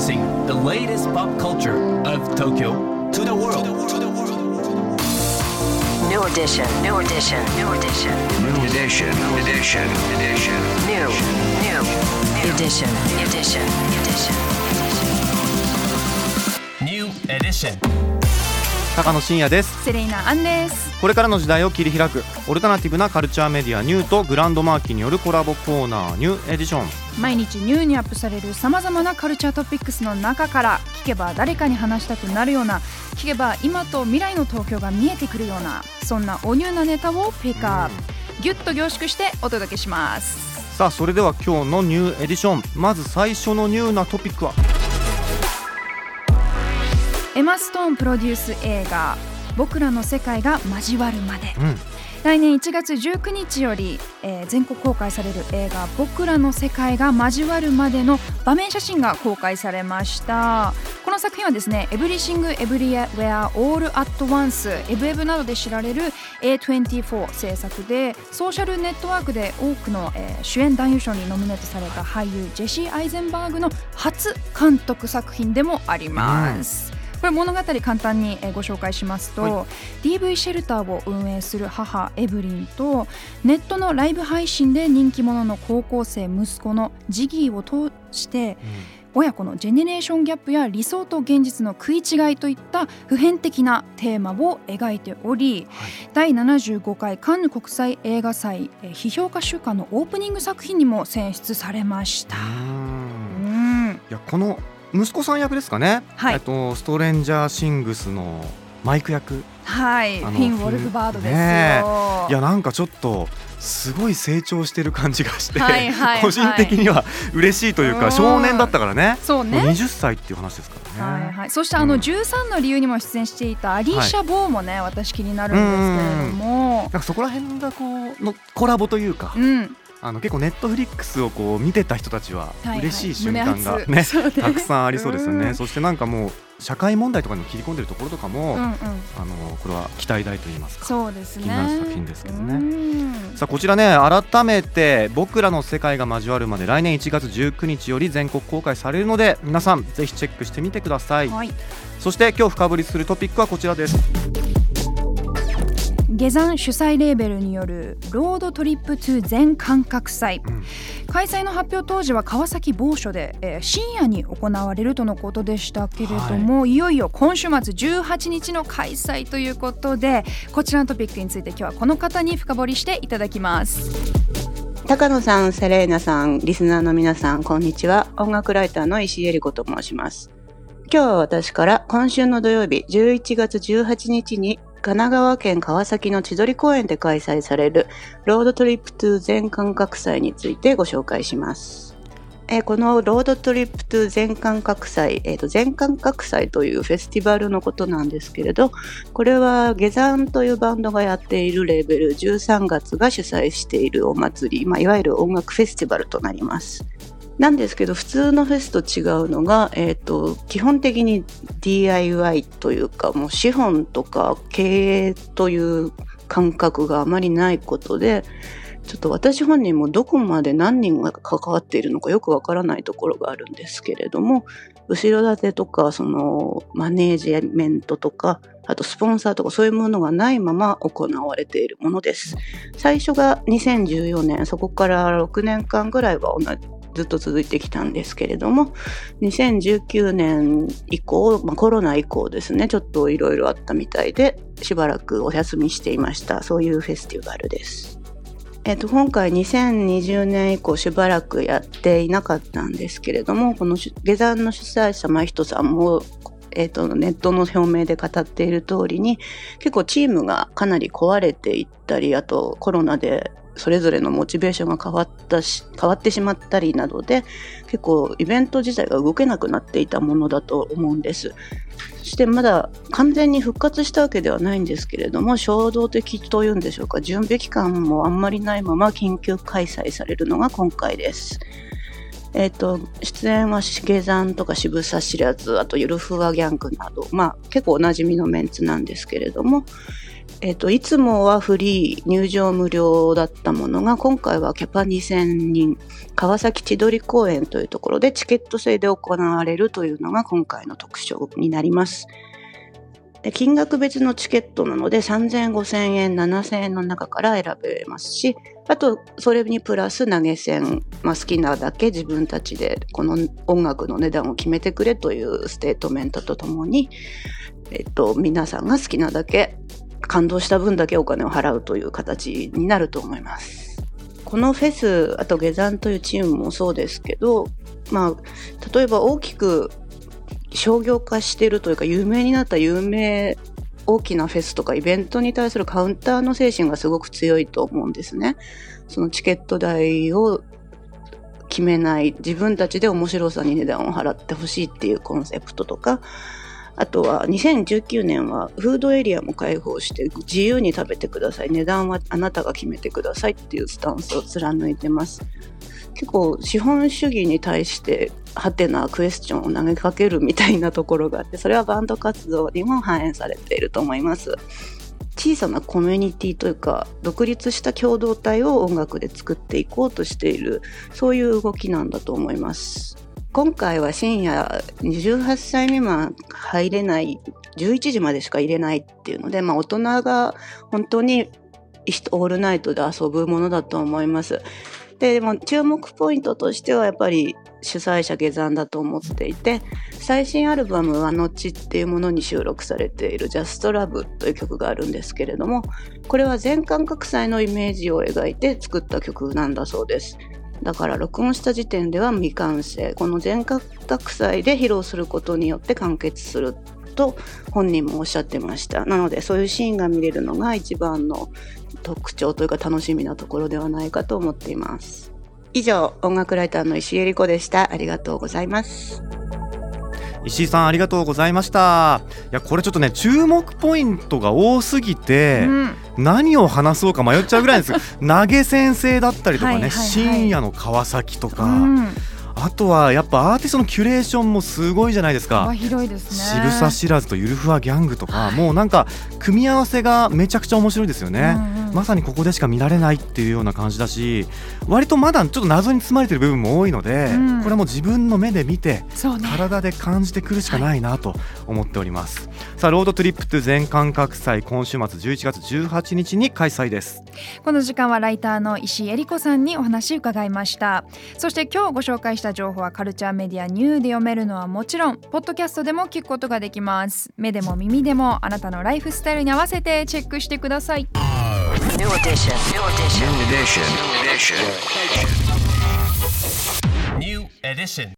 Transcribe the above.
Introducing the latest pop culture of Tokyo to the world. New edition, new edition, new edition, New edition, new edition, edition. new edition, edition, edition. New edition. 高野真也です。 セレイナアンです。 これからの時代を切り開くオルタナティブなカルチャーメディアニューとグランドマーキーによるコラボコーナーニューエディション。 毎日ニューにアップされるさまざまなカルチャートピックスの中から聞けば誰かに話したくなるような、聞けば今と未来の東京が見えてくるような、そんなおニューなネタをピックアップ、ギュッと凝縮してお届けします。 さあそれでは今日のニューエディション、まず最初のニューなトピックはエマ・ストーンプロデュース映画僕らの世界が交わるまで、 うん来年1月19日より、全国公開される映画僕らの世界が交わるまでの場面写真が公開されました。この作品はですね、Everything Everywhere All at Once エブエブなどで知られる A24 制作で、ソーシャルネットワークで多くの、主演男優賞にノミネートされた俳優ジェシー・アイゼンバーグの初監督作品でもあります。これ物語簡単にご紹介しますと、 はい、 DV シェルターを運営する母エブリンとネットのライブ配信で人気者の高校生息子のジギーを通して、親子のジェネレーションギャップや理想と現実の食い違いといった普遍的なテーマを描いており、第75回カンヌ国際映画祭批評家週間のオープニング作品にも選出されました。 いやこの息子さん役ですかね、 はい、 ストレンジャーシングスのマイク役、 はい、フィン・ウォルフバードですよ、 ね、いやなんかちょっとすごい成長してる感じがして、 はいはいはい、 個人的には嬉しいというか、少年だったからね、 そうね、 20歳っていう話ですからね、 はいはい、そして13の理由にも出演していたアリーシャ・ボーもね、私気になるんですけれども、 なんかそこら辺がこうのコラボというか、結構ネットフリックスをこう見てた人たちは嬉しい瞬間が、ね、たくさんありそうですよね。そしてなんかもう社会問題とかにも切り込んでるところとかも、これは期待大といいますか、 そうですね、 気になる作品ですけどね。さあこちらね、改めて僕らの世界が交わるまで来年1月19日より全国公開されるので、皆さんぜひチェックしてみてください、はい、そして今日深掘りするトピックはこちらです。 下山主催レーベルによるロードトリップトゥ全感覚祭、開催の発表当時は川崎某所で、深夜に行われるとのことでしたけれども、いよいよ今週末18日の開催ということで、こちらのトピックについて今日はこの方に深掘りしていただきます。 高野さん、セレーナさん、リスナーの皆さん、こんにちは。音楽ライターの石井恵理子と申します。今日は私から今週の土曜日11月18日に神奈川県川崎の千鳥公園で開催されるロードトリップトゥ全感覚祭についてご紹介します。このロードトリップトゥ全感覚祭、全感覚祭というフェスティバルのことなんですけれど、これは下山というバンドがやっているレーベル13月が主催しているお祭り、いわゆる音楽フェスティバルとなります。なんですけど、普通のフェスと違うのが、基本的に DIY というか、もう資本とか経営という感覚があまりないことで、ちょっと私本人もどこまで何人が関わっているのかよくわからないところがあるんですけれども、後ろ盾とかそのマネージメントとか、あとスポンサーとかそういうものがないまま行われているものです。最初が2014年、そこから6年間ぐらいはずっと続いてきたんですけれども、2019年以降、コロナ以降ですね、ちょっといろいろあったみたいでしばらくお休みしていました。そういうフェスティバルです。今回2020年以降しばらくやっていなかったんですけれども、この下山の主催者真人さんもネットの表明で語っている通りに、結構チームがかなり壊れていったり、あとコロナでそれぞれのモチベーションが変わってしまったりなどで、結構イベント自体が動けなくなっていたものだと思うんです。そしてまだ完全に復活したわけではないんですけれども、衝動的というんでしょうか、準備期間もあんまりないまま緊急開催されるのが今回です。 出演は下山とか渋沢知らず、あとゆるふわギャングなど、結構おなじみのメンツなんですけれども、いつもはフリー入場無料だったものが、今回はキャパ2000人川崎千鳥公園というところでチケット制で行われるというのが今回の特徴になります。で、金額別のチケットなので3000円、5000円、7000円の中から選べますし、あとそれにプラス投げ銭、好きなだけ自分たちでこの音楽の値段を決めてくれというステートメントとともに、皆さんが好きなだけ感動した分だけお金を払うという形になると思います。このフェス、あと下山というチームもそうですけど、例えば大きく商業化しているというか有名になった大きなフェスとかイベントに対するカウンターの精神がすごく強いと思うんですね。そのチケット代を決めない、自分たちで面白さに値段を払ってほしいっていうコンセプトとか、あとは2019年はフードエリアも開放して自由に食べてください、値段はあなたが決めてくださいっていうスタンスを貫いてます。結構資本主義に対してハテなクエスチョンを投げかけるみたいなところがあって、それはバンド活動にも反映されていると思います。小さなコミュニティというか独立した共同体を音楽で作っていこうとしている、そういう動きなんだと思います。今回は深夜28歳未満入れない、11時までしか入れないっていうので、大人が本当にオールナイトで遊ぶものだと思います。でも注目ポイントとしてはやっぱり主催者下山だと思っていて、最新アルバムは後っていうものに収録されている Just Love という曲があるんですけれども、これは全感覚祭のイメージを描いて作った曲なんだそうです。だから録音した時点では未完成、この全感覚祭で披露することによって完結すると本人もおっしゃってました。なのでそういうシーンが見れるのが一番の特徴というか楽しみなところではないかと思っています。以上、音楽ライターの石井絵理子でした。ありがとうございます。 石井さんありがとうございました。いやこれちょっとね注目ポイントが多すぎて、何を話そうか迷っちゃうぐらいです投げ先生だったりとかね、深夜の川崎とか、あとはやっぱアーティストのキュレーションもすごいじゃないですか。 幅広いですね。 渋沢知らずとゆるふわギャングとか、もうなんか組み合わせがめちゃくちゃ面白いですよね、まさにここでしか見られないっていうような感じだし、割とまだちょっと謎に包まれてる部分も多いので、これも自分の目で見て、体で感じてくるしかないなと思っております、さあロードトリップトゥ全感覚祭、今週末11月18日に開催です。 この時間はライターの石井絵理子さんにお話伺いました。そして今日ご紹介した情報はカルチャーメディアニューで読めるのはもちろん、ポッドキャストでも聞くことができます。目でも耳でもあなたのライフスタイルに合わせてチェックしてください。 New edition. New edition. New edition.